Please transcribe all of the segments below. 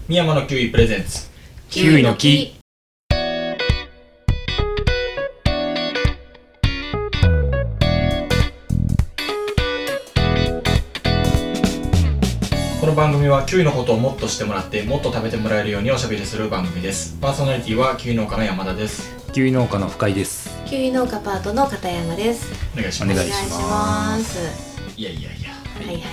深山のキウイプレゼンツキウイの木。 この番組はキウイのことをもっと知ってもらってもっと食べてもらえるようにおしゃべりする番組です。パーソナリティはキウイ農家の山田です。 キウイ農家の深井です。 キウイ農家パートの片山です。 お願いします。 お願いします。 いやはいはい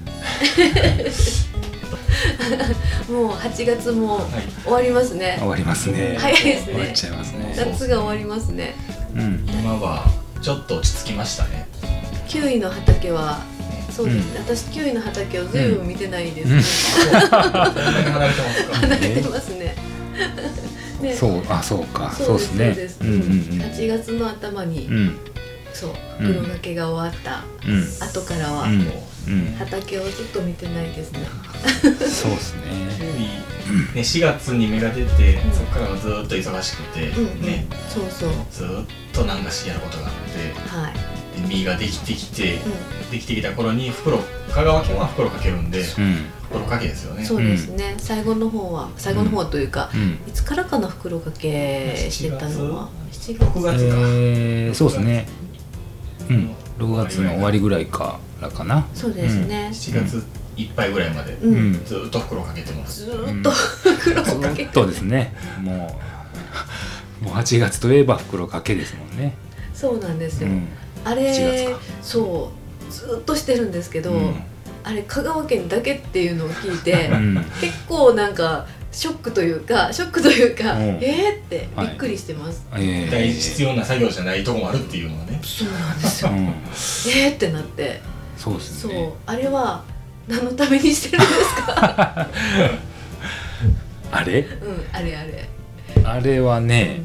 もう8月も終わりますね。 終わりますね。 早いですね。 終わっちゃいますね。 夏が終わりますね。 今はちょっと落ち着きましたね。 キウイの畑はそうですね、私キウイの畑をずいぶん見てないですね。 そんなに離れてますか？ 離れてますね。 ね、そうか、そうですね。 8月の頭に、そう袋掛けが終わった後からは、畑をずっと見てないですね。 そうですね。 4月に芽が出て、そこからはずっと忙しくて、ね、 そうずっと何かしやることがあって、で実ができてきて、できてきた頃に香川県は袋かけるんで、袋かけですよね。 そうですね。最後の方というか、いつからかな袋かけしてたのは 6月か。 そうですね。6月の終わりぐらいからかな。 そうですね。 7月いっぱいぐらいまでずっと袋かけてます。 ずっと袋かけ。 そうですね。もう8月といえば袋かけですもんね。 そうなんですよ。あれそうずっとしてるんですけど、あれ香川県だけっていうのを聞いて、結構なんかショックというかってびっくりしてます。 大必要な作業じゃないとこもあるっていうのはね。 そうなんですよ。ってなって。 そうですね。 そうあれは何のためにしてるんですか？ あれ？あれはね、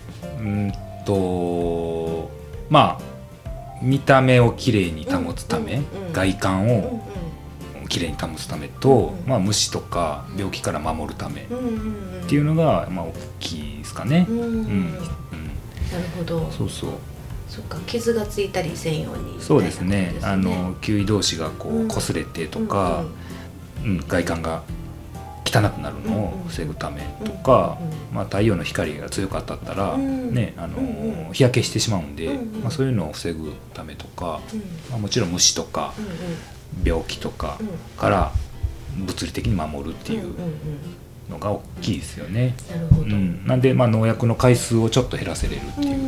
まあ見た目をきれいに保つため、外観をきれいに保つためと、虫とか病気から守るためっていうのが大きいですかね。 なるほど。 そうそっか、傷がついたりせんように。 そうですね。キウイ同士がこう擦れてとか、外観が汚くなるのを防ぐためとか、太陽の光が強く当たったらね、日焼けしてしまうんで、そういうのを防ぐためとか、もちろん虫とか病気とかから物理的に守るっていうのが大きいですよね。 なるほど。 なんで農薬の回数をちょっと減らせれるっていう。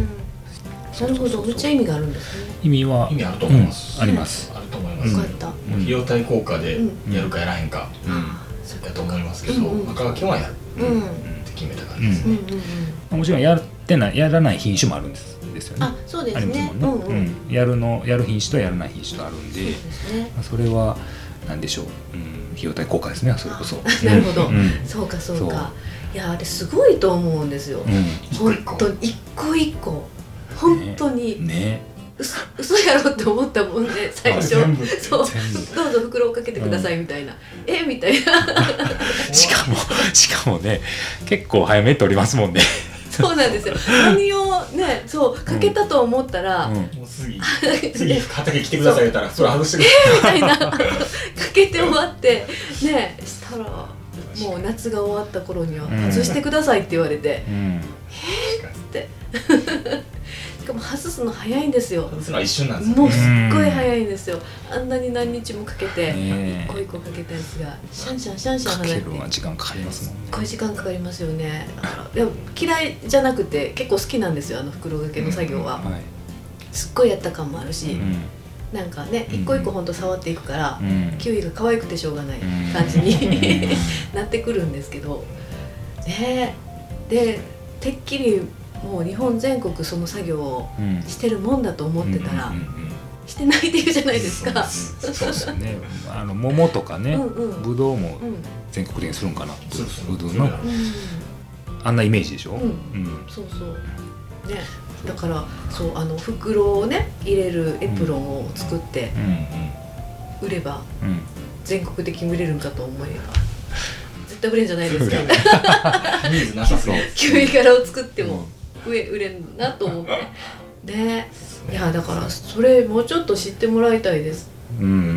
なるほど。めっちゃ意味があるんですね。 意味あると思います。あります。 あると思います。費用対効果でやるかやらへんかだと思いますけど、香川県はやるって決めた感じですね。 もちろんやらない品種もあるんですよね。 そうですね。 やる品種とやらない品種とあるんで、それは何でしょう。費用対効果ですね。それこそ。 なるほど。そうか。いやあれすごいと思うんですよ。本当に一個一個本当に嘘やろって思ったもんね、最初。そう、どうぞ袋をかけてくださいみたいな、みたいな。 しかもね、結構早めに取りますもんね。 そうなんですよ。何をね、そうかけたと思ったら、 もう次畑来てください言ったら、それ外してくださいみたいなかけて終わってね、したらもう夏が終わった頃には外してくださいって言われて、ってしかも外すの早いんですよ。 外すのは一瞬なんですよ。 もうすっごい早いんですよ。あんなに何日もかけて一個一個かけたやつがシャンシャン離れて、 かけるのは時間かかりますもんね。 すっごい時間かかりますよね。だからでも嫌いじゃなくて結構好きなんですよ、袋掛けの作業は。すっごいやった感もあるし、なんかね、一個一個ほんと触っていくから、キウイが可愛くてしょうがない感じになってくるんですけどね。でてっきりもう日本全国その作業をしてるもんだと思ってたら、してないっていうじゃないですか。 そうですよね。桃とかね、ぶどうも全国的にするんかな。ぶどうのあんなイメージでしょ。 そうね。だから袋をね入れるエプロンを作って売れば全国的に売れるんかと思えば絶対売れんじゃないですか。 ニーズなさそう。 キウイ柄を作っても売れんなと思ってね。いやだからそれもうちょっと知ってもらいたいです。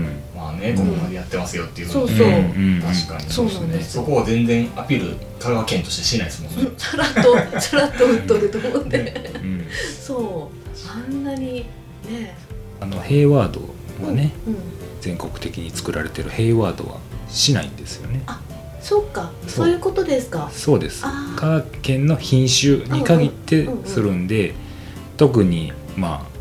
まあね、ここまでやってますよっていうのそうそう、 確かにそうなんです。 そこを全然アピール香川県としてしないですもんね。 さらっと打っとると思ってそうあんなにね、 ヘイワードはね、全国的に作られてるヘイワードはしないんですよね。 あ、そうか、そういうことですか。 そうです。香川県の品種に限ってするんで、特にまあ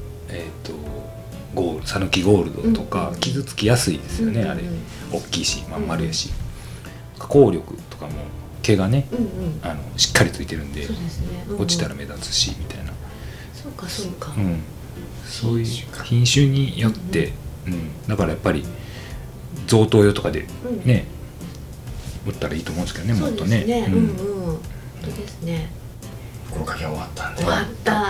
讃岐ゴールドとか傷つきやすいですよね、あれ大きいしまん丸やし、加工力とかも毛がね、しっかりついてるんで、落ちたら目立つしみたいな、 そうかそうか、 そういう品種によって、だからやっぱり贈答用とかでね、売ったらいいと思うんですけどね、もっとね。 本当ですね。 袋かけ終わったんで。 終わった。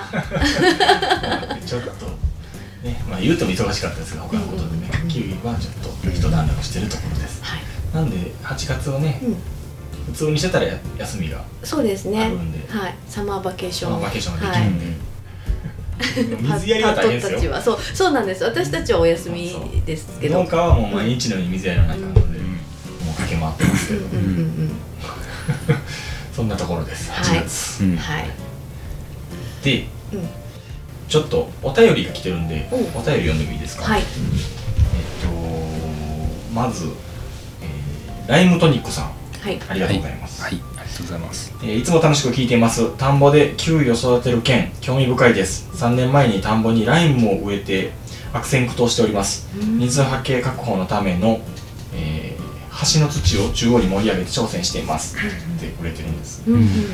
ちょっとね、まあ言うても忙しかったですが、他のことでね、キウイはちょっと一段落してるところです。なんで8月をね、普通にしてたら休みがそうですね。 あるんで、 サマーバケーション。 サマーバケーションができるんで。水やりは大変ですよ。 そうなんです。私たちはお休みですけど、 農家はもう毎日のように水やりの中なので、もう駆け回ってますけど、そんなところです。8月。で、ちょっとお便りが来てるんで、お便り読んでもいいですか。はい。まずライムトニックさん、ありがとうございます。 はい、ありがとうございます。 いつも楽しく聞いています。田んぼでキウイを育てる件、興味深いです。3年前に田んぼにライムを植えて悪戦苦闘しております。水はけ確保のための、橋の土を中央に盛り上げて挑戦していますってくれてるんです。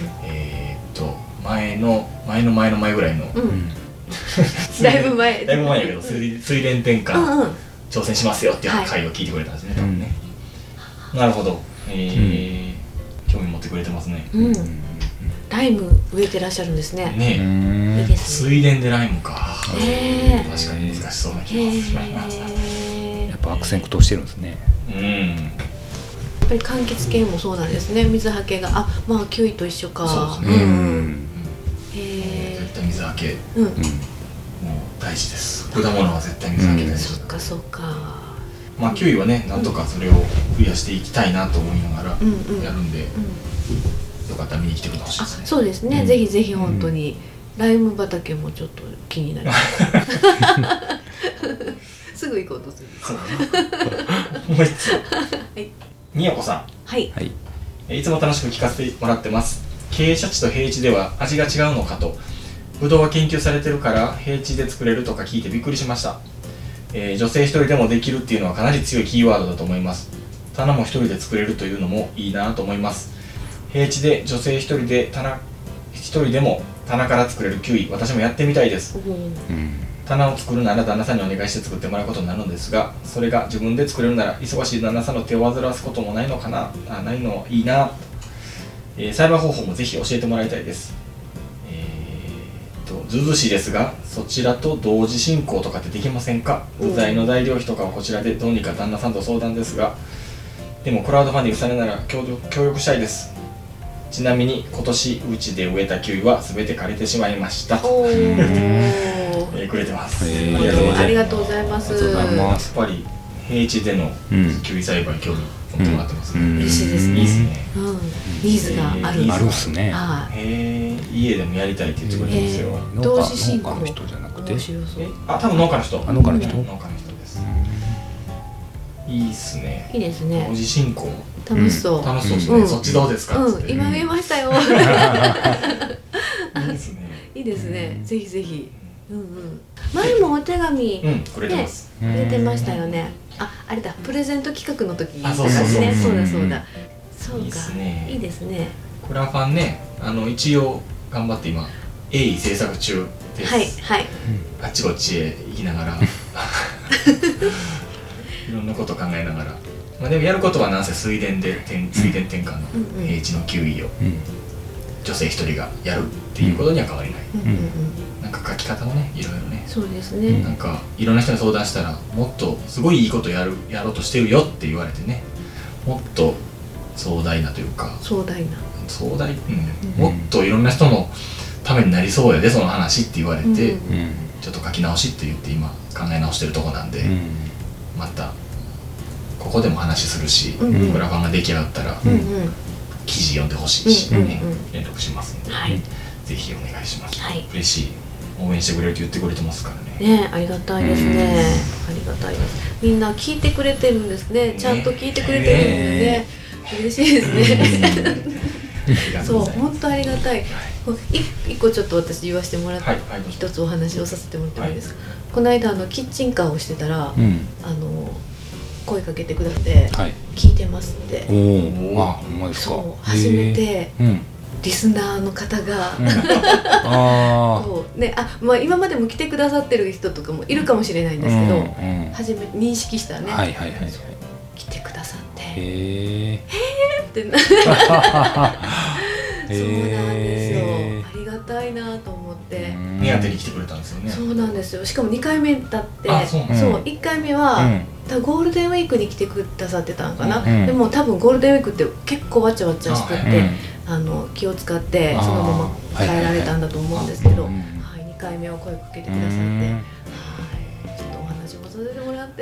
前の前ぐらいの、 だいぶ前やけど、水田転換挑戦しますよっていう回を聞いてくれたんですね、多分ね。なるほど、興味持ってくれてますね。 ライム植えてらっしゃるんですね。 ね、いいですね。水田でライムか。確かに難しそうな気がします。 やっぱ悪戦苦闘してるんですね。 やっぱり柑橘系もそうなんですね。水はけが、まあキウイと一緒か。 そうですね。絶対水はけ、もう大事です。果物は絶対水はけ大事。 そっかそっか。 まあキウイはね、なんとかそれを増やしていきたいなと思いながらやるんで、よかったら見に来てくださいですね。 そうですね。ぜひぜひ本当にライム畑もちょっと気になります。すぐ行こうとする。 もう一つ。みやこさん。 はい。 いつも楽しく聞かせてもらってます。傾斜地と平地では味が違うのかと。ぶどうは研究されてるから平地で作れるとか聞いてびっくりしました。女性一人でもできるっていうのはかなり強いキーワードだと思います。棚も一人で作れるというのもいいなと思います。平地で女性一人でも棚から作れるキウイ、私もやってみたいです。棚を作るなら旦那さんにお願いして作ってもらうことになるのですが、それが自分で作れるなら忙しい旦那さんの手を煩わすこともないのかな、ないのはいいな。栽培方法もぜひ教えてもらいたいです。ずうずうしいですが、そちらと同時進行とかってできませんか。具材の材料費とかはこちらでどうにか旦那さんと相談ですが、でもクラウドファンディングされなら協力したいです。ちなみに今年うちで植えたキウイは全て枯れてしまいましたとくれてます。 ありがとうございます。 やっぱり平地でのキウイ栽培興味持ってもらってますね。 嬉しいですね。いいですね。ニーズがある。 あるっすね。 家でもやりたいって言ってくれてますよ。 同時進行の人じゃなくて、 多分農家の人。 農家の人です。いいっすね。 いいですね。 同時進行。 楽しそう。 楽しそうですね。そっちどうですか。 今見ましたよ。 いいですね。 いいですね。ぜひぜひ。前もお手紙くれてます。 くれてましたよね。あれだ、プレゼント企画の時ですね。そうだ。そうか。いいですね。 クラファンね、一応頑張って今鋭意制作中です。 はい。 あっちこっちへ行きながらいろんなことを考えながら、でもやることはなんせ水田転換の平地のキウイを女性一人がやるっていうことには変わりない。なんか書き方もね、いろいろね。 そうですね。 なんかいろんな人に相談したら、もっとすごいいいことやろうとしてるよって言われてね、もっと壮大なというか、もっといろんな人のためになりそうやでその話って言われて、ちょっと書き直しって言って今考え直してるとこなんで、またここでも話するし、 うんうんクラファンが出来上がったら、 うんうん記事読んでほしいし、 うんうんうんね連絡しますので、 はいぜひお願いします、 はい嬉しい、応援してくれると言ってくれてますからね。 ね、ありがたいですね。ありがたいです。みんな聞いてくれてるんですね。ちゃんと聞いてくれてるんでね。嬉しいですね。そう、本当ありがたい。一個ちょっと私言わせてもらって、 はいはい、 一つお話をさせてもらってもいいですか。この間キッチンカーをしてたら、声かけてくださって聞いてますって。 おお、あ、ほんまですか。 そう、初めて。リスナーの方が、こうね、まあ今までも来てくださってる人とかもいるかもしれないんですけど、初めて認識したらね、来てくださって、へーってなそうなんですよ。ありがたいなと思って。 目当てに来てくれたんですよね。 そうなんですよ。しかも2回目だって、そう1回目はゴールデンウィークに来てくださってたんかな。でも多分ゴールデンウィークって結構わちゃわちゃしてて、気を使ってそのまま帰られたんだと思うんですけど、2回目は声かけてくださって、ちょっとお話もさせてもらって、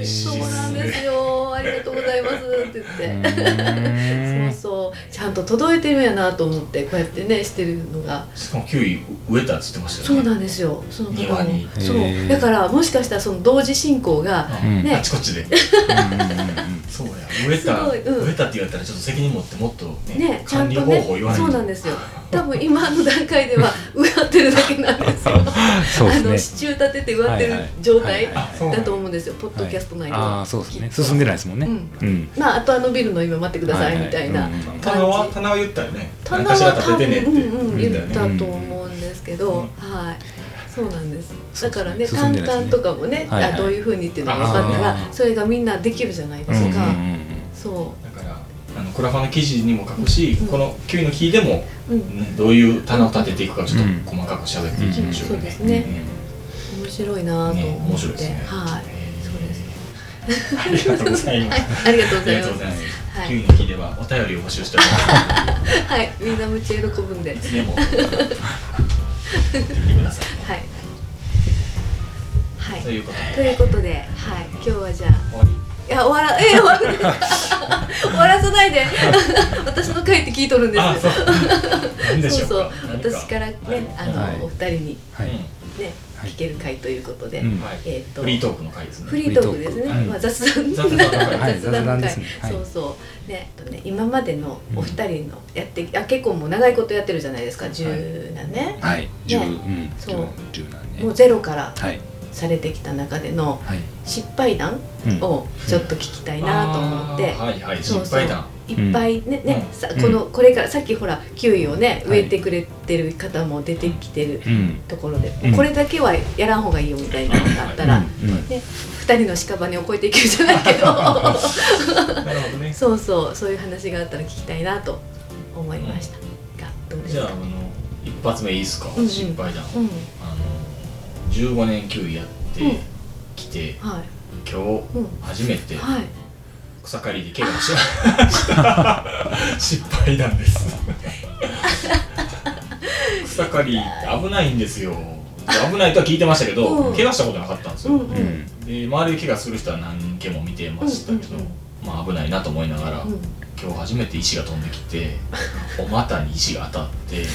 そうなんですよ、ありがとうございますって言ってそうちゃんと届いてるんやなと思ってこうやってねしてるのが。 しかもキウイ植えたって言ってましたよね。 そうなんですよ、その方も。 庭に。 そうだからもしかしたらその同時進行がね、 あちこちでそうや、植えたって言われたらちょっと責任持ってもっとね管理方法言わないと。 そうなんですよ。多分今の段階では植わってるだけなんですよ。支柱立てて植わってる状態だと思うんですよ。ポッドキャスト内では。 あ、そうですね。進んでないですもんね。 まああとビルの今待ってくださいみたいな。 棚は言ったよね。 棚は多分言ったと思うんですけど、はい。そうなんです。だからね、淡々とかもね、どういう風にっていうのが分かったら、それがみんなできるじゃないですか。そう。 だからクラファンの記事にも書くし、このキウイの木でもどういう棚を立てていくかちょっと細かく喋っていきましょう。 そうですね。面白いなと思って。 面白いですね。 はい。そうです。 ありがとうございます。 ありがとうございます。 キウイの木ではお便りを募集しております。 はい、みんな夢中喜ぶんで。 いつでも言ってください。 はい。はい。 ということで、 はい、今日はじゃあ。いや、終わらさないで。私の回って聞いとるんですよ。そう、私からね、お二人にね、聞ける回ということで、 フリートークの回ですね。 フリートークですね。まあ雑談の回。そうね、今までのお二人のやって結構もう長いことやってるじゃないですか。10何年？ はい、10何年。 もうゼロからされてきた中での失敗談をちょっと聞きたいなと思って、 失敗談いっぱいね、これからさっきほらキウイをね植えてくれてる方も出てきてるところで、これだけはやらんほうがいいよみたいなのがあったら、ね、2人の屍を越えていけるじゃないけど、そういう話があったら聞きたいなと思いましたが、どうですか？ じゃあ一発目いいですか？失敗談。15年キウイやってきて、今日初めて草刈りで怪我しました失敗談です草刈りって危ないんですよ。危ないとは聞いてましたけど、怪我したことなかったんですよ。で周りで怪我する人は何件も見てましたけど、まあ危ないなと思いながら、今日初めて石が飛んできてお股に石が当たって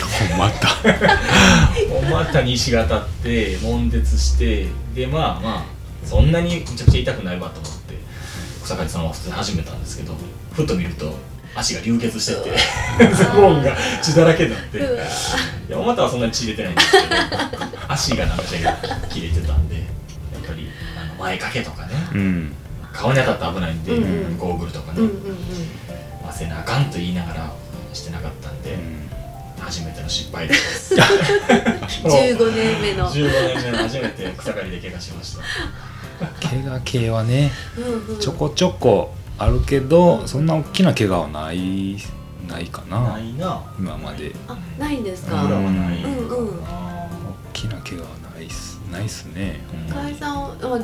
お股に石が当たって悶絶して、でまあそんなにめちゃくちゃ痛くないわと思って草刈りさんは普通に始めたんですけど、ふと見ると足が流血しててズボンが血だらけになって、いやお股はそんなに血出てないんですけど足がなんか切れてたんで、やっぱり前掛けとかね、顔に当たったら危ないんで、ゴーグルとかね、せなあかんと言いながらしてなかったんで、初めての失敗です 15年目の初めて草刈りで怪我しました怪我系はね、ちょこちょこあるけど、そんな大きな怪我はないかな。 ないな、 今まで。 ないんですか？ 大きな怪我はないっすね。 河合さんは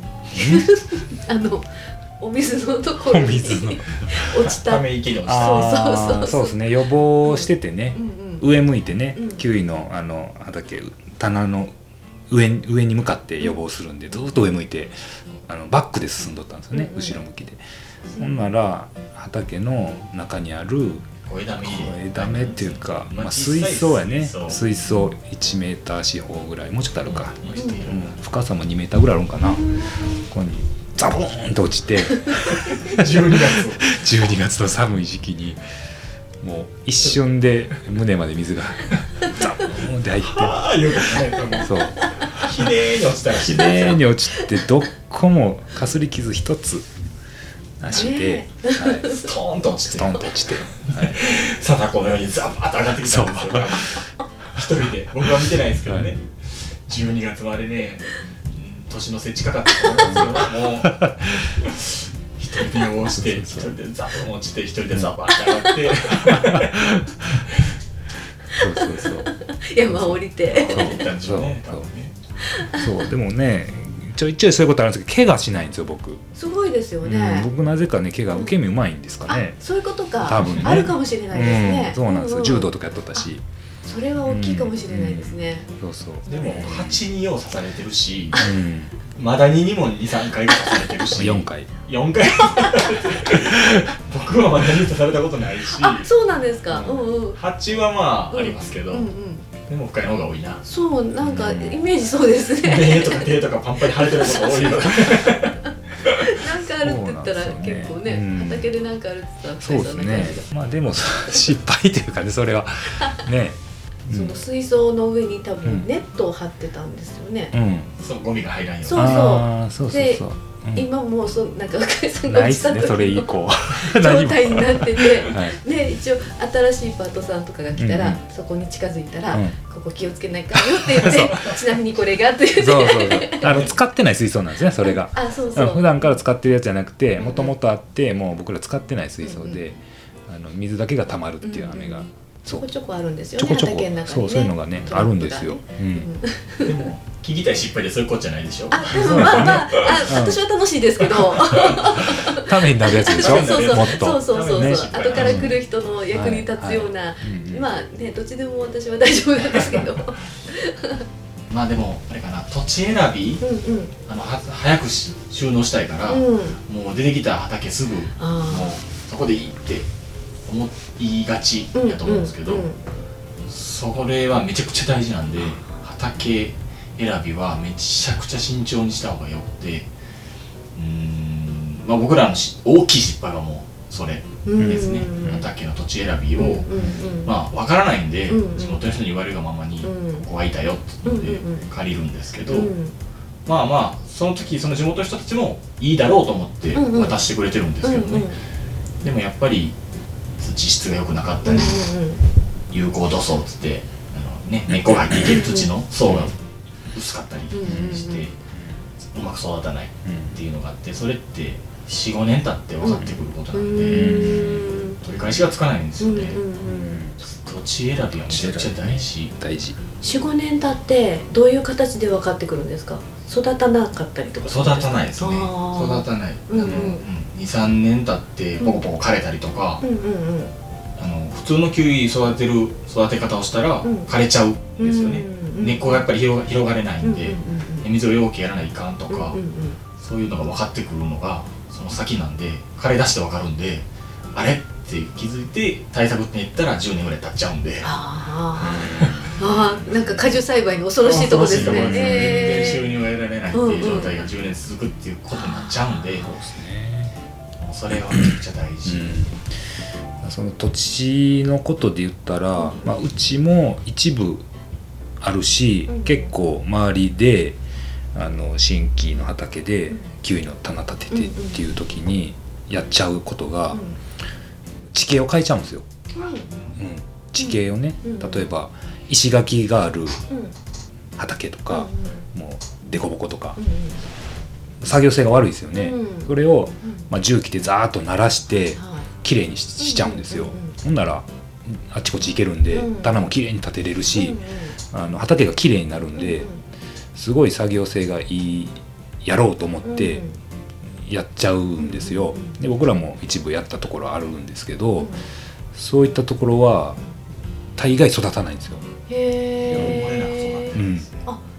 お水のところに落ちたため息のそうですね、予防しててね、上向いてね、キウイの畑棚の上に向かって予防するんでずっと上向いてバックで進んどったんですよね、後ろ向きで。ほんなら畑の中にある声だめっていうか、水槽やね、水槽1メーター四方ぐらい、もうちょっとあるか、深さも2メーターぐらいあるんかな、ここにザボーンと落ちて12月の寒い時期にもう一瞬で胸まで水がザボーンって入ってそうきれいに落ちたらきれいに落ちてどこもかすり傷一つなしで、 ストーンと落ちて貞子のようにザバーッと上がってきたんですよ。一人で僕は見てないですけどね、12月までね、年の瀬近かったと思うんですよ。もう一人で押して一人でザブン落ちて一人でザバーッと上がってそう山降りてそうでもねちょいちょいそういうことあるんですけど怪我しないんですよ僕。 すごいですよね、 僕なぜかね怪我受け身うまいんですかね。 そういうことか、 多分ね、 あるかもしれないですね、 そうなんですよ、柔道とかやっとったし。 それは大きいかもしれないですね、 そうでも蜂によう刺されてるし、マダニにも 2,3 回刺されてるし 4回僕はマダニに刺されたことないし。 あ、そうなんですか。 蜂はまあありますけど、でも深いの方が多いな。 そう、なんかイメージそうですね。 目とか手とかパンパンに腫れてることが多いの。 なんかあるって言ったら結構ね、畑でなんかあるって言ったらそうですね。まあでも失敗というかね、それはね。 その水槽の上に多分ネットを張ってたんですよね。 そう、ゴミが入らんように。 そう。で、今もうなんか深井さんが落ちた時の状態になってて、で一応新しいパートさんとかが来たらそこに近づいたらここ気をつけないかよって言ってちなみにこれがって言ってそう使ってない水槽なんですね、それが。普段から使ってるやつじゃなくて、もともとあってもう僕ら使ってない水槽で水だけが溜まるっていう雨がちょこちょこあるんですよね、畑の中にね。 そういうのがねあるんですよ。 でも聞きたい失敗でそういうことじゃないでしょ。 でも私は楽しいですけどためになるやつでしょ。もっとそう後から来る人の役に立つような、まあね、どっちでも私は大丈夫なんですけどまあでもあれかな、土地選び、早く収納したいから、もう出てきた畑すぐもうそこでいいって思いがちやと思うんですけど、それはめちゃくちゃ大事なんで、畑選びはめちゃくちゃ慎重にした方がよくて、まあ、僕らの大きい失敗はもうそれですね。畑の土地選びをまあ分からないんで、地元の人に言われるがままにここがいたよって言って借りるんですけど、まあまあその時その地元の人たちもいいだろうと思って渡してくれてるんですけどね。でもやっぱり土質が良くなかったり、有効土層っつって根っこが入っていける土の層が薄かったりしてうまく育たないっていうのがあって、それって 4,5 年経って分かってくることなんで取り返しがつかないんですよね。土地選びはめちゃくちゃ大事。 4,5 年経ってどういう形で分かってくるんですか。育たなかったりとか。 育たないですね。育たない。2,3 年経ってポコポコ枯れたりとか、普通のキウイ育て方をしたら枯れちゃうんですよね。根っこがやっぱり広がれないんで、水をよくやらないかんとか、そういうのが分かってくるのがその先なんで、枯れ出して分かるんで、あれって気づいて対策って言ったら10年ぐらい経っちゃうんで。 なんか果樹栽培の恐ろしいところですね。 全然収入が得られないっていう状態が10年続くっていうことになっちゃうんで、それはめちゃくちゃ大事。 その土地のことで言ったら、うちも一部あるし、結構周りで新規の畑でキウイの棚立ててっていう時にやっちゃうことが、地形を変えちゃうんですよ。地形をね、例えば石垣がある畑とか、もう凸凹とか、作業性が悪いですよね。それを重機でザーッと鳴らしてきれいに しちゃうんですよ。ほんならあっちこっち行けるんで、棚もきれいに立てれるし、畑がきれいになるんで、すごい作業性がいいやろうと思ってやっちゃうんですよ。で僕らも一部やったところあるんですけど、そういったところは大概育たないんですよ。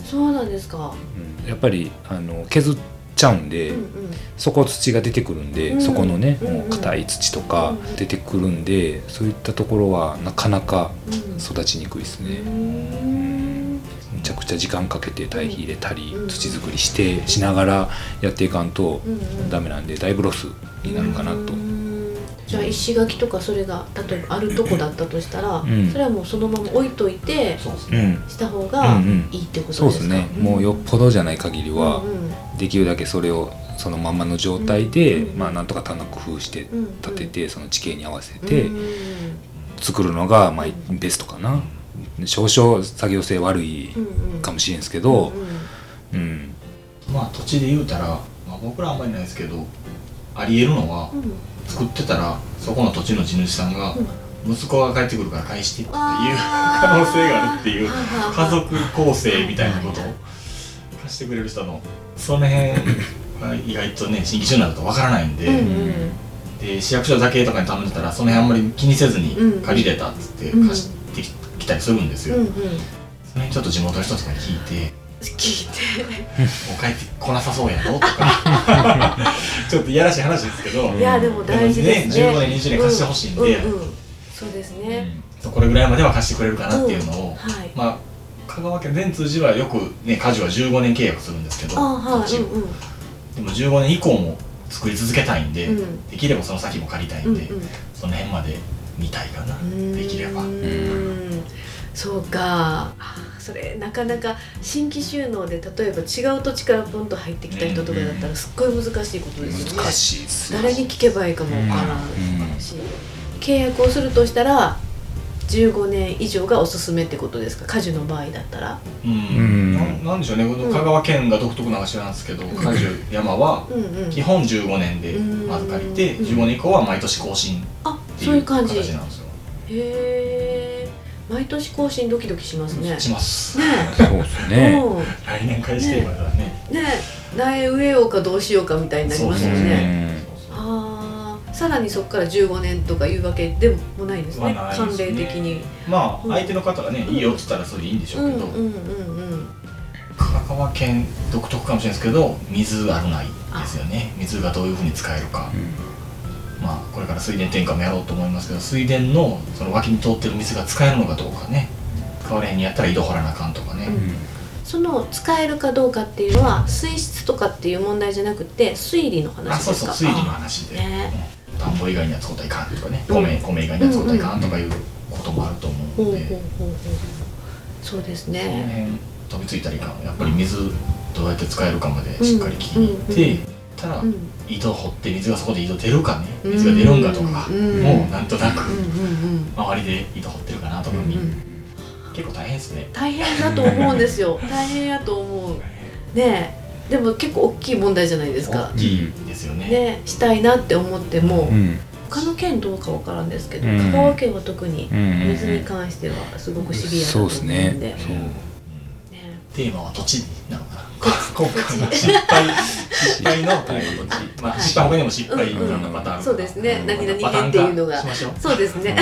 そうなんですか。 やっぱり削っちゃうんで、そこ土が出てくるんで、そこのねもう硬い土とか出てくるんで、そういったところはなかなか育ちにくいですね。めちゃくちゃ時間かけて堆肥入れたり土作りしながらやっていかんとダメなんで、だいぶロスになるかなと。 じゃあ石垣とかそれが例えばあるとこだったとしたら、それはもうそのまま置いといてした方がいいってことですか？ そうですね。もうよっぽどじゃない限りはできるだけそれをそのままの状態で、なんとか棚工夫して立てて、その地形に合わせて作るのがベストかな。少々作業性悪いかもしれんですけど、 まあ土地で言うたら、僕らあんまりないですけど、ありえるのは、作ってたらそこの土地の地主さんが、息子が帰ってくるから返してっていう可能性があるっていう家族構成みたいなことを貸してくれる人の、その辺は意外とね新規就になるとわからないんで、で市役所だけとかに頼んでたらその辺あんまり気にせずに借りれたっつって貸してきたりするんですよ。その辺ちょっと地元の人とかに聞いてもう帰ってこなさそうやろとかちょっといやらしい話ですけど、 いやでも大事ですね。 15年20年貸してほしいんで、 そうですね、 これぐらいまでは貸してくれるかなっていうのを、まあ香川県善通寺はよくね果樹は15年契約するんですけど、土地をでも15年以降も作り続けたいんで、できればその先も借りたいんで、その辺まで見たいかな、できれば。 そうか。それなかなか新規収納で例えば違う土地からポンと入ってきた人とかだったらすっごい難しいことですよね。 難しいです。 誰に聞けばいいかもわからないし、契約をするとしたら15年以上がおすすめってことですか？果樹の場合だったら。 なんでしょうね、この香川県が独特なのか知らんですけど、果樹山は基本15年でまず借りて、15年以降は毎年更新っていう形なんですよ。 へえ、毎年更新ドキドキしますね。 しますね。 そうですね。 来年返してるからね。 苗植えようかどうしようかみたいになりますよね。さらにそこから15年とかいうわけでもないんですね、慣例的に。 まあ相手の方がね、いいよって言ったらそれでいいんでしょうけど、香川県独特かもしれないですけど、水あるないですよね。水がどういうふうに使えるか、まあこれから水田転換もやろうと思いますけど、水田のその脇に通ってる水が使えるのかどうかね、変われへんにやったら井戸掘らなあかんとかね。 その使えるかどうかっていうのは水質とかっていう問題じゃなくて水利の話ですか？ そう水利の話で、田んぼ以外には使うといかんとかね、米以外には使うといかんとかいうこともあると思うので、 そうですそのね。 辺飛びついたりかん、やっぱり水どうやって使えるかまでしっかり聞いてたら、井戸掘って水がそこで井戸出るかね、水が出るんかとかもうなんとなく周りで井戸掘ってるかなとかに、結構大変ですね。 大変だと思うんですよ。大変やと思うね。でも結構大きい問題じゃないですか。 大きいですよね。 ね、したいなって思っても、他の県どうかわからんですけど、香川県は特に水に関してはすごくシビアだと思うんで。 テーマは土地なのかな。今回の失敗の土地、まあ失敗他にも失敗のパターン。 そうですね。何々県っていうのが。そうですね。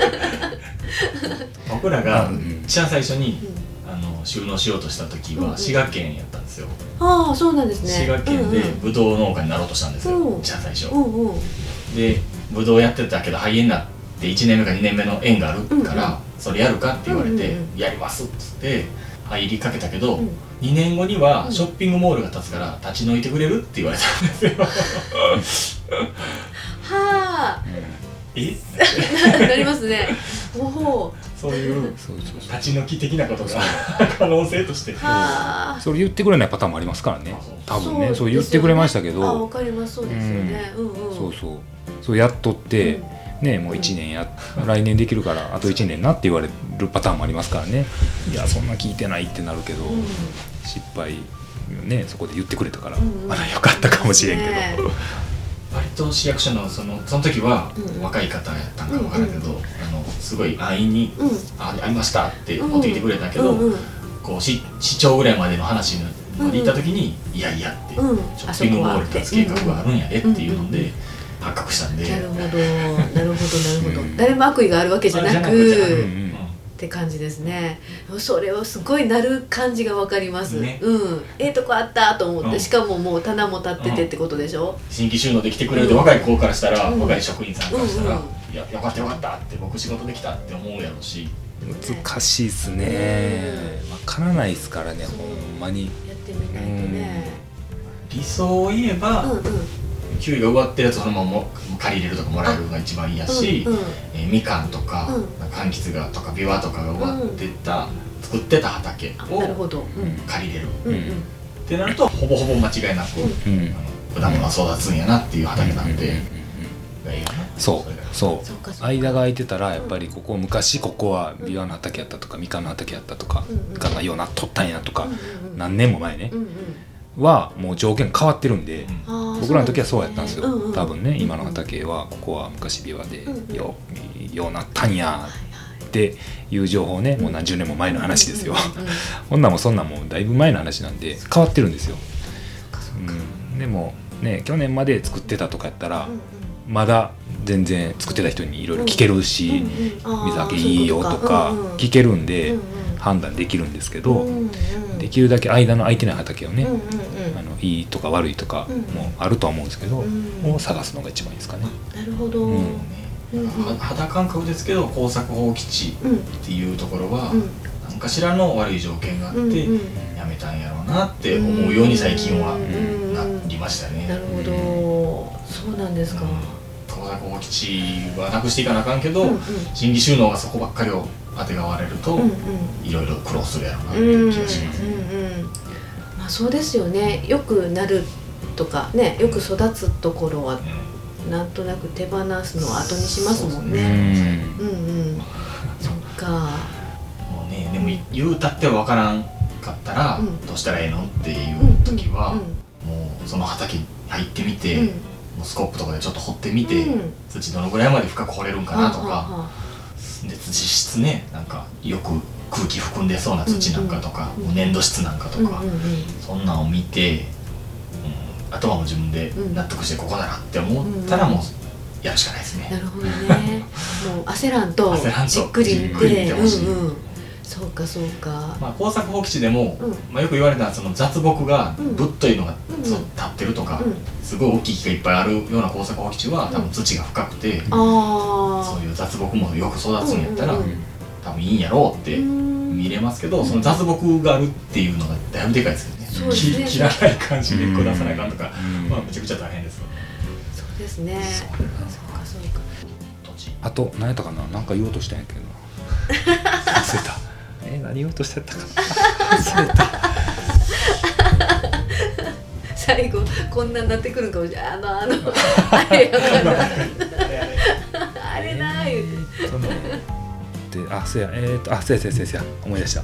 僕らが一番最初に収納しようとした時は滋賀県やったんですよ。 ああ、そうなんですね。 滋賀県でブドウ農家になろうとしたんですよ、一番最初。でブドウやってたけど肺炎になって1年目か2年目の縁があるからそれやるかって言われてやりますっつって入りかけたけど、2年後にはショッピングモールが建つから立ち退いてくれるって言われたんですよ。 はあ。なりますね。 そういう立ち退き的なことが可能性として、 それ言ってくれないパターンもありますからね。多分ね、そう言ってくれましたけど。 わかります。そうですよね。 そうやっとってね、もう1年来年できるからあと1年なって言われるパターンもありますからね。いやそんな聞いてないってなるけど、失敗ねそこで言ってくれたからまだ良かったかもしれんけど。 割と市役所のその時は若い方やったんか分からんけど、すごい安易に「ありました」って持ってきてくれたけど、こう市長ぐらいまでの話まで行った時に「いやいや」って「ショッピングモール立つ計画があるんやで」っていうので発覚したんで。 なるほど。誰も悪意があるわけじゃなく、 って感じですね。それをすごいなる感じが分かります、 ね、 とこあったと思って、しかももう棚も立っててってことでしょ。 新規収納できてくれるって若い子からしたら、若い職員さんからしたら、いやよかったよかったって僕仕事できたって思うやろうし、 難しいっすね。わからないっすからね、ほんまに。 やってみないとね。 理想を言えば、キウイが植わってるやつそのまま借りれるとかもらえるのが一番いいやし、みかんとか柑橘がとかビワとかが植わってた、作ってた畑を借りれるってなると、ほぼほぼ間違いなく果物が育つんやなっていう畑なんで、 そう間が空いてたら、やっぱりここ昔ここはビワの畑やったとかみかんの畑やったとか、みかんがようなっとったんやとか、何年も前ねはもう条件変わってるんで、僕らの時はそうやったんですよ。多分ね、今の畑はここは昔ビワでようなったんやっていう情報ね、もう何十年も前の話ですよ。こんなんもそんなんもだいぶ前の話なんで変わってるんですよ。でもね、去年まで作ってたとかやったらまだ全然作ってた人にいろいろ聞けるし、水はけいいよとか聞けるんで判断できるんですけど、できるだけ間の空いてない畑をね、いいとか悪いとかもあるとは思うんですけど、を探すのが一番いいですかね。 なるほど。 肌感覚ですけど、耕作放棄地っていうところは何かしらの悪い条件があってやめたんやろうなって思うように最近はなりましたね。 なるほど、そうなんですか。 耕作放棄地はなくしていかなあかんけど、新規収納がそこばっかりをあてがわれるといろいろ苦労するやろうなっていう気がします。 まあそうですよね。よくなるとかね、よく育つところはなんとなく手放すのを後にしますもんね。そっか。 もうね、でも言うたって分からんかったらどうしたらええのっていう時は、もうその畑に入ってみて、もうスコップとかでちょっと掘ってみて、土どのぐらいまで深く掘れるんかなとか、で土質ね、なんかよく空気含んでそうな土なんかとか、粘土質なんかとか、そんなんを見て、あとはもう自分で納得してここだなって思ったらもうやるしかないですね。 なるほどね。もう焦らんとじっくり見てほしい。そうかそうか。 まあ耕作放棄地でも、まあよく言われたのはその雑木がぶっといのが立ってるとか、すごい大きい木がいっぱいあるような耕作放棄地は多分土が深くて、そういう雑木もよく育つんやったら多分いいんやろうって見れますけど、その雑木があるっていうのがだいぶでかいですよね。切らない感じで1個出さないかんとか、まあめちゃくちゃ大変です。 そうですね。そうかそうか。 あと何やったかな、なんか言おうとしたんやけど忘れた。何言おうとしてたか忘れた。 最後こんなんなってくるかもしれない。あれやからあれな言うて。 で、そうや思い出した。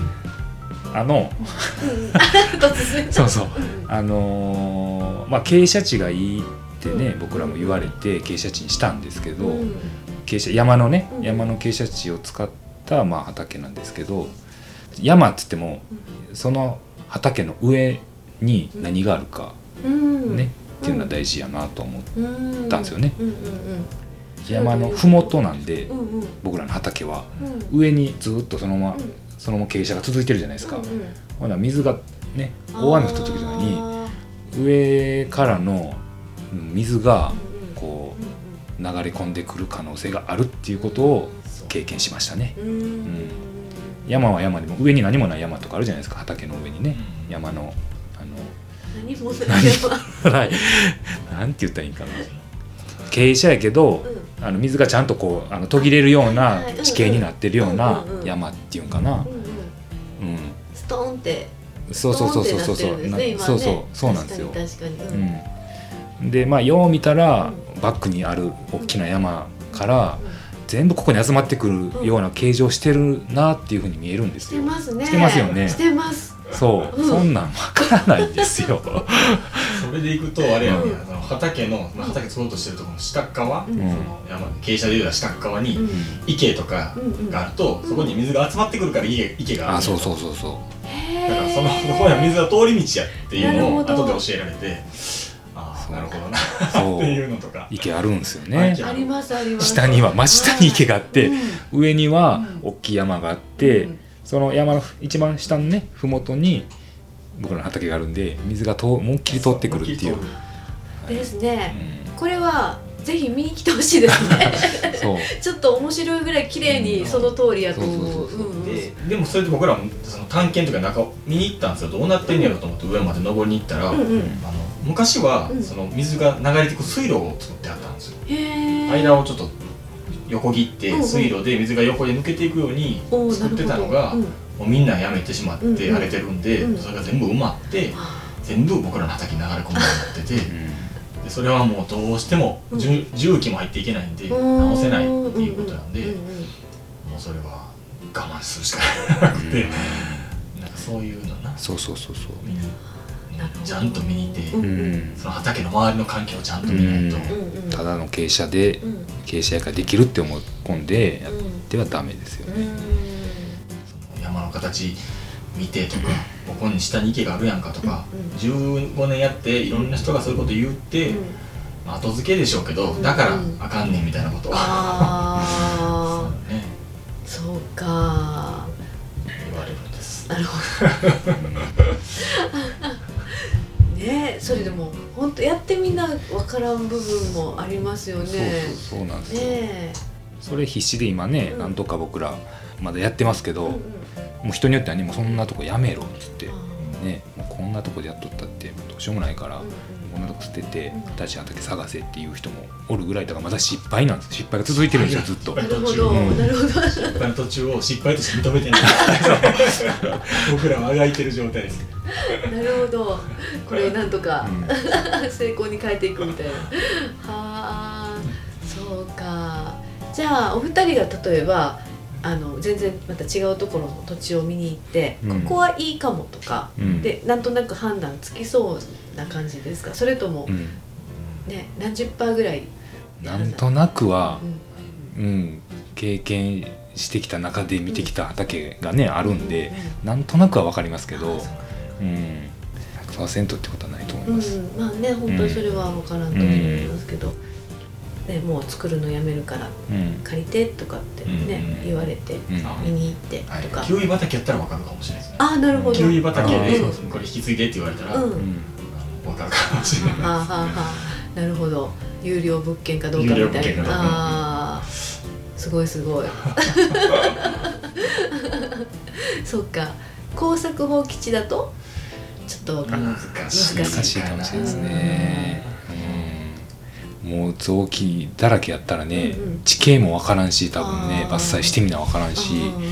そうまあ傾斜地がいいってね、僕らも言われて傾斜地にしたんですけど、山の傾斜地を使ったまあ畑なんですけど、山っつってもその畑の上に何があるかねっていうのは大事やなと思ったんですよね。山のふもとなんで、僕らの畑は上にずっとそのまま傾斜が続いてるじゃないですか。ほな水がね、大雨降った時とかに上からの水がこう流れ込んでくる可能性があるっていうことを経験しましたね。山は山でも上に何もない山とかあるじゃないですか。畑の上にね、山の何もない山はい、なんて言ったらいいかな、傾斜やけど、水がちゃんとこう途切れるような地形になってるような山っていうんかな、 ストーンってそうなんですよ。 確かに。 でまあよう見たらバックにある大きな山から全部ここに集まってくるような形状してるなっていう風に見えるんですよ。してますよね。 してます。 そう、そんなんわからないんですよ。 それでいくとあれやね、畑作ろうとしてるところの下側、傾斜でいうと下側に池とかがあると、そこに水が集まってくるから池がある。 そう。 だからそこには水が通り道やっていうのを後で教えられて、なるほどな。 そうっていうのとか池あるんですよね。 ありますあります。 下には真下に池があって、上にはうん大きい山があって、 うんその山の一番下のね麓に僕らの畑があるんで水が思いっきり通ってくるっていう。 ですね、 うんこれはぜひ見に来てほしいですねそうちょっと面白いぐらい綺麗にその通りやと思う。 そうそうそううんうんでもそれで僕らもその探検とか中見に行ったんですよ。どうなってんやろと思って上まで登りに行ったら、 うんうん昔はうんその水が流れていく水路を作ってあったんですよ。 へー間をちょっと横切ってうんうん水路で水が横で抜けていくようにおー作ってたのが、 なるほどもうみんなやめてしまってうんうん荒れてるんで、 うんそれが全部埋まって全部僕らの畑に流れ込むようになってて、でそれはもうどうしてもうん重機も入っていけないんでうん直せないっていうことなんで、 うんうんもうそれは我慢するしかなくて、なんかそういうのなそうそうそうそう見になるほどちゃんと見に行って、 うんうんその畑の周りの環境をちゃんと見ないと、 うんうんうんただの傾斜でうん傾斜やからできるって思い込んでやってはダメですよね。 その山の形見てとか、ここに下に池があるやんかとか、 うん 15年やっていろんな人がそういうこと言って、 うんまあ後付けでしょうけど、 うんだからあかんねんみたいなことは、 あそうねーそうか言われるんです。 なるほどね。それでも本当やってみんな分からん部分もありますよね。 そうなんですよ。 ねそれ必死で今ね、 うんなんとか僕らまだやってますけど、 うんうんもう人によってはねもうそんなとこやめろっつってあね、もうこんなとこでやっとったってどうしようもないから、 ーうんこんなとこ捨ててうん新しい畑探せっていう人もおるぐらいだからまだ失敗なんです。失敗が続いてるんですよずっと。 なるほど、 うんなるほど。 失敗の途中を失敗として認めてない僕らはあがいてる状態です。 なるほど。これをなんとか、 うん成功に変えていくみたいな。はあ、そうか。じゃあお二人が例えば全然また違うところの土地を見に行って、 うんここはいいかもとか、 うんでなんとなく判断つきそうな感じですか。それとも、 うんね何十パーぐらい。 なんとなくはう、んうん、経験してきた中で見てきた畑がねあるんで、 うなんとなくは分かりますけど、 あそううん、100% ってことはないと思います。 うん、まあね本当にそれは分からんと思いますけど、ね、もう作るのやめるからうん借りてとかってね、 うん言われてうん見に行ってとか、 キウイ畑やったら分かるかもしれないですね。 ああなるほど。 キウイ畑でうんこれ引き継いでって言われたら、 うんうん分かるかもしれない。 はあはあはあ、なるほど。有料物件かどうかみたいな。 有料物件かどうかああ、すごいすごい。そっか。耕作放棄地だとちょっと分かんない。 難しい難しいかもしれないですね。うん、もう臓器だらけやったらね、 うんうん地形も分からんし多分ねあー伐採してみな分からんし、 うんうん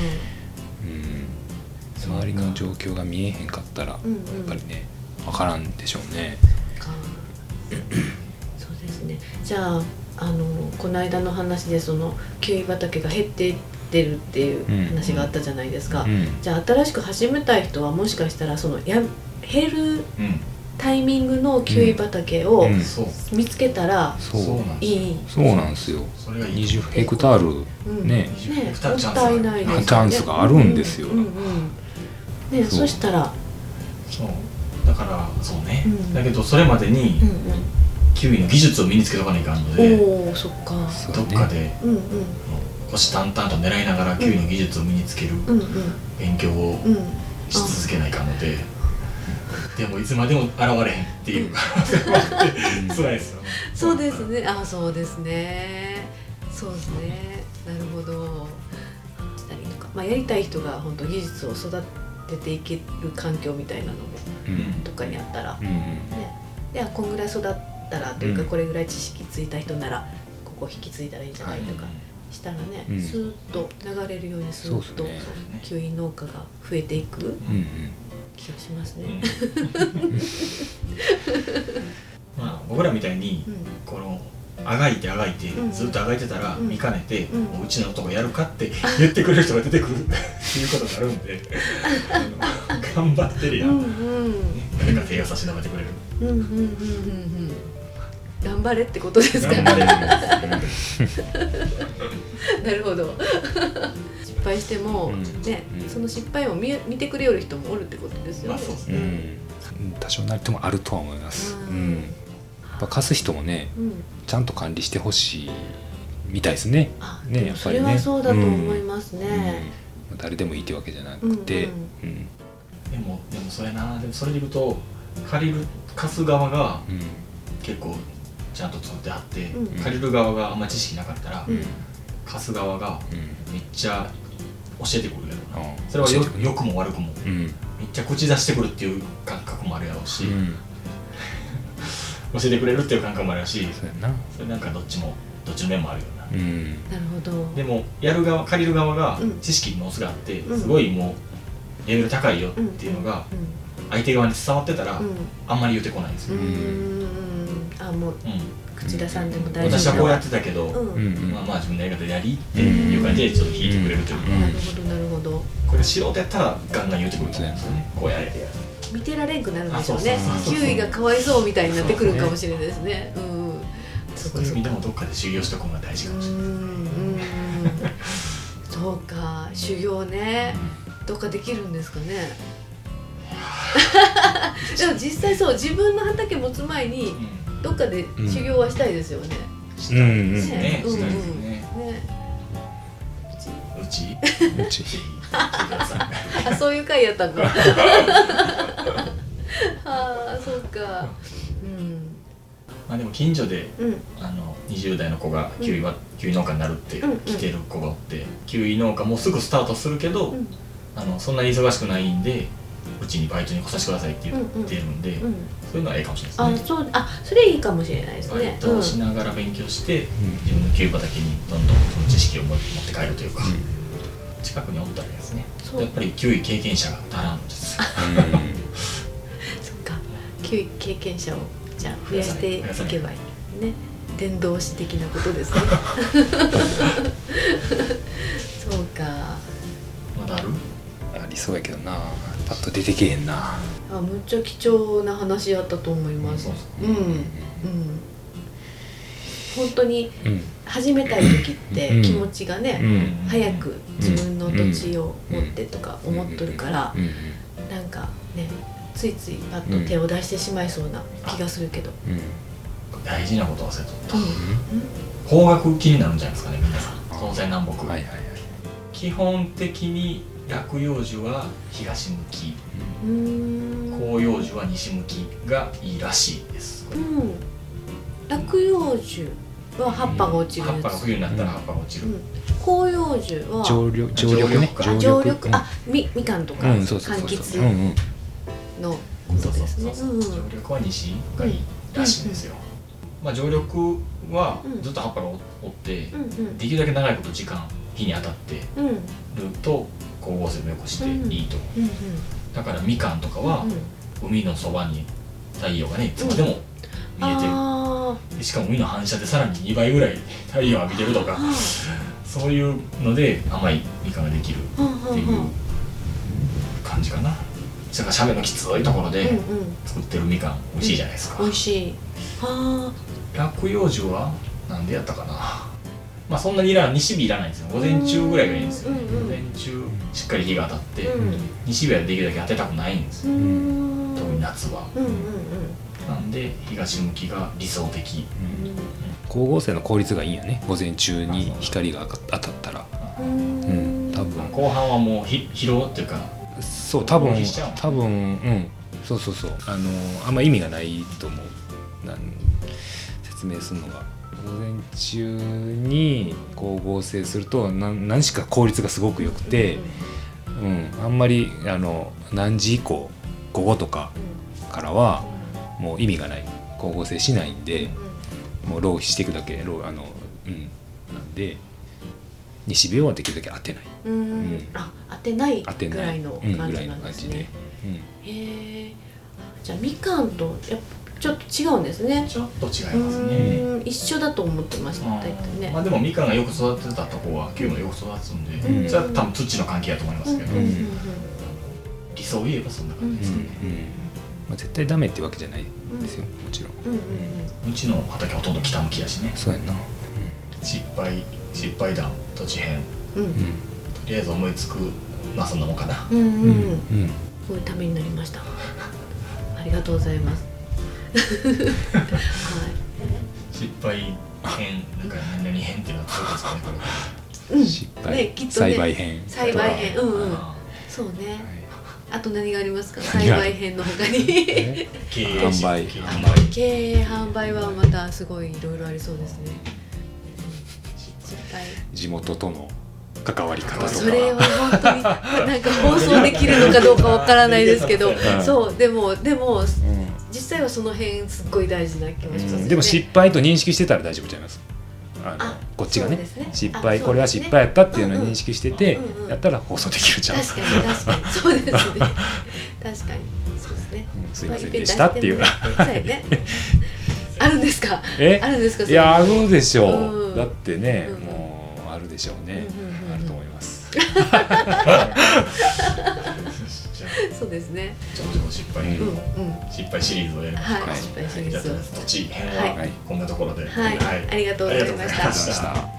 うん、周りの状況が見えへんかったらやっうんうんぱりね分からんでしょうね。 かそうですね。じゃあこの間の話でそのキウイ畑が減っていってるっていう話があったじゃないですか。 うんじゃあ新しく始めたい人はもしかしたらその減るうん、 タイミングのキウイ畑をうんそう見つけたらそうそうなんですよ。 いい。 そうなんですよ。 それがいい。 20ヘクタールうんね 20 ねヘクタールチャンスもったいないですよね。 チャンスがあるんですようんうんうんね、 そうそしたら、 そうだからそうね、 うんだけどそれまでにうんキウイの技術を身につけとかないかんのうん、 で、 おお、そっか。 そうどっかでうんうん虎視眈々と狙いながらキウイの技術を身につけるうん勉強をうんうん。 し続けないかんので、でもいつまでも現れへんっていう可能性もあって辛いですよね。 そうですね。あ、そうですね。そうですね。なるほど。したりとか、まあやりたい人が本当技術を育てていける環境みたいなのもうんどっかにあったら、 うんね、ではこんぐらい育ったらというか、 うんこれぐらい知識ついた人ならここ引き継いだらいいんじゃないとかしたらね、 うんスーッと流れるようにスーッとそうですねキウイ農家が増えていくうんうん気がしますね。 うんまあ僕らみたいにうんこのあがいてあがいてうんずっとあがいてたらうん見かねて、 うんもううちのとこやるかって言ってくれる人が出てくるっていうことがあるんで頑張ってるや、 うんんうん誰か手を差し伸べてくれるうんうんうんうんうん頑張れってことですか。 頑張れるなるほど。失敗しても、 うんね、 うんその失敗を見てくれる人もおるってことですよね。 まあそうですうん多少なりともあるとは思います。 うんうんっぱ貸す人もね、ちゃんと管理してほしいみたいですね。 ね、やっぱりね、それはそうだと思いますね。 誰でもいいってわけじゃなくて、 でもそれな、でもそれで言うと貸す側が結構ちゃんと作ってあって、借りる側があんまり知識なかったら、貸す側がめっちゃ教えてくるやろな、それは良くも悪くも、めっちゃ口出してくるっていう感覚もあるやろうし、教えてくれるっていう感覚もあるし、それなんかどっちの面もあるよな。 なるほど。 でも借りる側が知識のオスがあって、すごいもうレベル高いよっていうのが相手側に伝わってたら、あんまり言ってこないんですよ。 もう口出さんでも大丈夫。 私はこうやってたけど、まあ自分のやり方でやりっていう感じでちょっと引いてくれるというか。 なるほどなるほど。 これ素人やったらガンガン言ってくると思うんですよね。こうやれ見てられんくなるんでしょうね。9位がかわいそうみたいになってくるかもしれないですね。 そういう意味でもどっかで修行しとくのが大事かもしれない。 そうか、修行ね、どっかできるんですかね。でも実際そう、自分の畑持つ前にどっかで修行はしたいですよね。 したいですね。したいですね。うちあ、そういう回やったんか。ああ、そうか。 まあでも近所で20代の子がキウイ農家になるって来てる子がおって、キウイ農家もうすぐスタートするけど、そんなに忙しくないんでうちにバイトに来させてくださいって言ってるんで、そういうのはええかもしれないですね。 それいいかもしれないですね。 バイトをしながら勉強して、自分のキウイ畑にどんどんその知識を持って帰るというか、近くにおったらですね、やっぱりキウイ経験者が足らんのです。 そっか、キウイ経験者をじゃあ増やしていけばいいね。伝道師的なことですね。そうか。 まだある？ ありそうやけどな、パッと出てけへんな。 むっちゃ貴重な話やったと思います。本当に始めたい時って気持ちがね、早く自分の土地を持ってとか思っとるから、なんかね、ついついパッと手を出してしまいそうな気がするけど、 大事なこと忘れとった。方角気になるんじゃないですかね、皆さん。東西南北。基本的に落葉樹は東向き、広葉樹は西向きがいいらしいです。 落葉樹は葉っぱが落ちるやつ。 葉っぱが冬になったら葉っぱが落ちる。 広葉樹は常緑ね。 常緑、みかんとか柑橘のことですね。 常緑は西がいいらしいんですよ。まあ常緑はずっと葉っぱが折って、できるだけ長いこと日に当たってると光合成もよくしていいと。だからみかんとかは海のそばに太陽がねいつまでも見えてる。しかも海の反射でさらに2倍ぐらい太陽を浴びてるとか、そういうので甘いみかんができるっていう感じかな。それから斜面のきついところで作ってるみかん美味しいじゃないですか。 美味しい。 落葉樹はなんでやったかな。まあそんなに西日いらないんですよ。午前中ぐらいがいいんですよね。午前中しっかり日が当たって、西日はできるだけ当てたくないんですよ。特に夏は。なんで東向きが理想的。 光合成の効率がいいんやね。午前中に光が当たったら。多分後半はもう疲労っていうか。 そう多分そうあんま意味がないと思う。説明するのが午前中に光合成すると何しか効率がすごく良くて、あんまり何時以降午後とかからはもう意味がない光合成しないんで、もう浪費していくだけなんで西日はできるだけ当てない。 当てないぐらいの感じなんですね。じゃあみかんとやっぱちょっと違うんですね。 ちょっと違いますね。 一緒だと思ってましたね。 まあでもみかんがよく育てたとこはキウイもよく育つんで、それは多分土の関係だと思いますけど、理想を言えばそんな感じですね。 絶対ダメってわけじゃないですよ、もちろん。 うちの畑はほとんど北向きだしね。 そうやな。 失敗談、土地編、とりあえず思いつくそんなもんかな。 すごいためになりました。ありがとうございます。 失敗編なんか何編っていうのはそうですかねこれ。 失敗、 ね、きっとね、 栽培編。 栽培編、そうね。あと何がありますか？栽培編の他に。 販売。 経営販売はまたすごいいろいろありそうですね。失敗。 地元との関わり方とか。 それは本当になんか放送できるのかどうかわからないですけど、そうでも実際はその辺すっごい大事な気もしますね。 でも失敗と認識してたら大丈夫ちゃいます。こっちがね、失敗、これは失敗やったっていうのを認識しててやったら放送できるじゃん。 確かにそうですね。確かにそうですね。 すいませんでしたっていう。 あるんですか？あるんですか？ いや、あるでしょう。だってね、もうあるでしょうね。あると思います。 そうですね。 失敗シリーズをやりましょうか。 失敗シリーズ。 土地編はこんなところで。 ありがとうございました。